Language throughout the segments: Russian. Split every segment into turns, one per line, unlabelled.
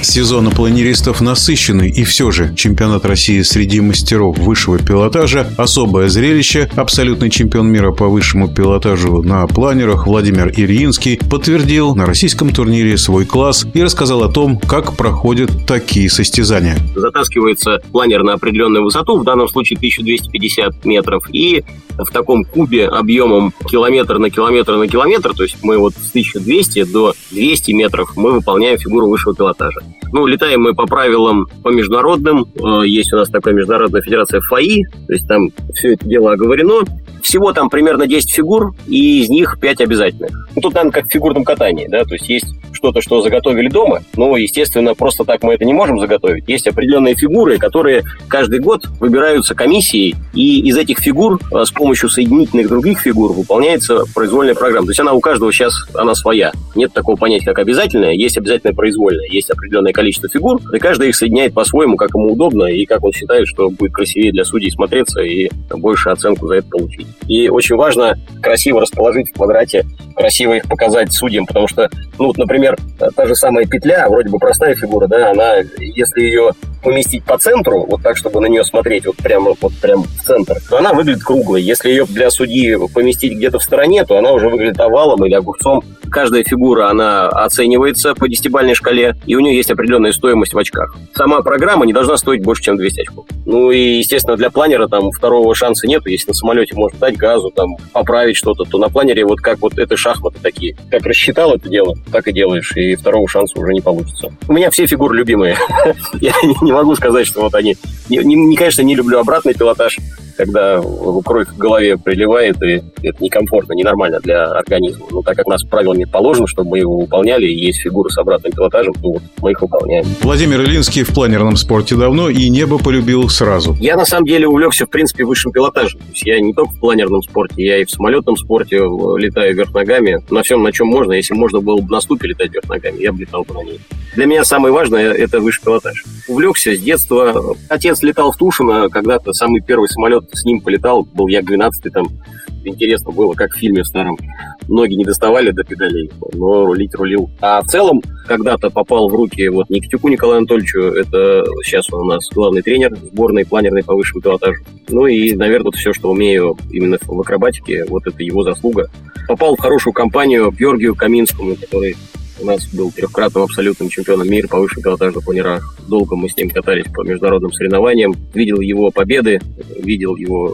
Сезон у планеристов насыщенный, и все же чемпионат России среди мастеров высшего пилотажа – особое зрелище. Абсолютный чемпион мира по высшему пилотажу на планерах Владимир Ильинский подтвердил на российском турнире свой класс и рассказал о том, как проходят такие состязания.
Затаскивается планер на определенную высоту, в данном случае 1250 метров, и в таком кубе объемом километр на километр на километр, то есть мы вот с 1200 до 200 метров мы выполняем фигуру высшего пилотажа. Летаем мы по правилам, по международным. Есть у нас такая международная федерация ФАИ, то есть там все это дело оговорено. Всего там примерно 10 фигур, и из них 5 обязательных. Тут, наверное, как в фигурном катании, да, то есть есть что-то, что заготовили дома, но, естественно, просто так мы это не можем заготовить. Есть определенные фигуры, которые каждый год выбираются комиссией, и из этих фигур с помощью соединительных других фигур выполняется произвольная программа. То есть она у каждого сейчас, она своя. Нет такого понятия, как обязательная, есть обязательная произвольная. Есть определенное количество фигур, и каждый их соединяет по-своему, как ему удобно, и как он считает, что будет красивее для судей смотреться и больше оценку за это получить. И очень важно красиво расположить в квадрате, красиво их показать судьям, потому что, например, та же самая петля, вроде бы простая фигура, да, она, если ее поместить по центру, вот так, чтобы на нее смотреть прям в центр, то она выглядит круглой. Если ее для судьи поместить где-то в стороне, то она уже выглядит овалом или огурцом. Каждая фигура, она оценивается по 10-бальной шкале, и у нее есть определенная стоимость в очках. Сама программа не должна стоить больше, чем 200 очков. И, естественно, для планера там второго шанса нету. Если на самолете можно дать газу, там, поправить что-то, то на планере как это шахматы такие. Как рассчитал это дело, так и делаешь, и второго шанса уже не получится. У меня все фигуры любимые. Я не могу сказать, что они... Конечно, не люблю обратный пилотаж, когда кровь в голове приливает, и это некомфортно, ненормально для организма. Так как у нас правилами положено, чтобы мы его выполняли, и есть фигуры с обратным пилотажем, то мы их выполняем.
Владимир Ильинский в планерном спорте давно и небо полюбил сразу.
Я, на самом деле, увлекся, в принципе, высшим пилотажем. То есть я не только в планерном спорте, я и в самолетном спорте летаю вверх ногами. На всем, на чем можно. Если можно было бы на ступе летать вверх ногами, я бы летал бы на ней. Для меня самое важное – это высший пилотаж. Увлекся с детства. Отец летал в Тушино, когда-то самый первый самолет с ним полетал, был Як-12, там интересно было, как в фильме старом. Ноги не доставали до педалей, но рулил. А в целом, когда-то попал в руки Никитюку Николаю Анатольевичу, это сейчас он у нас главный тренер сборной планерной по высшему пилотажу. И, наверное, все, что умею именно в акробатике, это его заслуга. Попал в хорошую компанию Георгию Каминскому, который у нас был трехкратным абсолютным чемпионом мира по высшему пилотажу на планерах. Долго мы с ним катались по международным соревнованиям. Видел его победы, видел его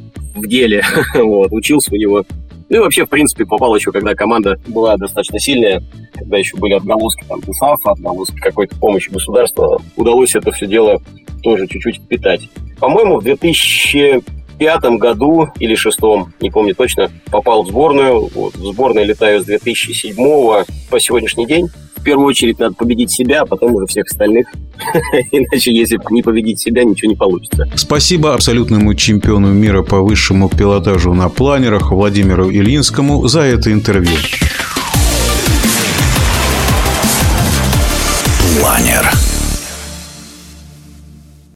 в деле, учился у него. И вообще, в принципе, попал еще, когда команда была достаточно сильная, когда еще были отголоски ТСАФ, отголоски какой-то помощи государства. Удалось это все дело тоже чуть-чуть впитать. По-моему, в 2005 году или 2006, не помню точно, попал в сборную. В сборной летаю с 2007 по сегодняшний день. В первую очередь надо победить себя, а потом уже всех остальных. Иначе, если не победить себя, ничего не получится.
Спасибо абсолютному чемпиону мира по высшему пилотажу на планерах Владимиру Ильинскому за это интервью.
Планер.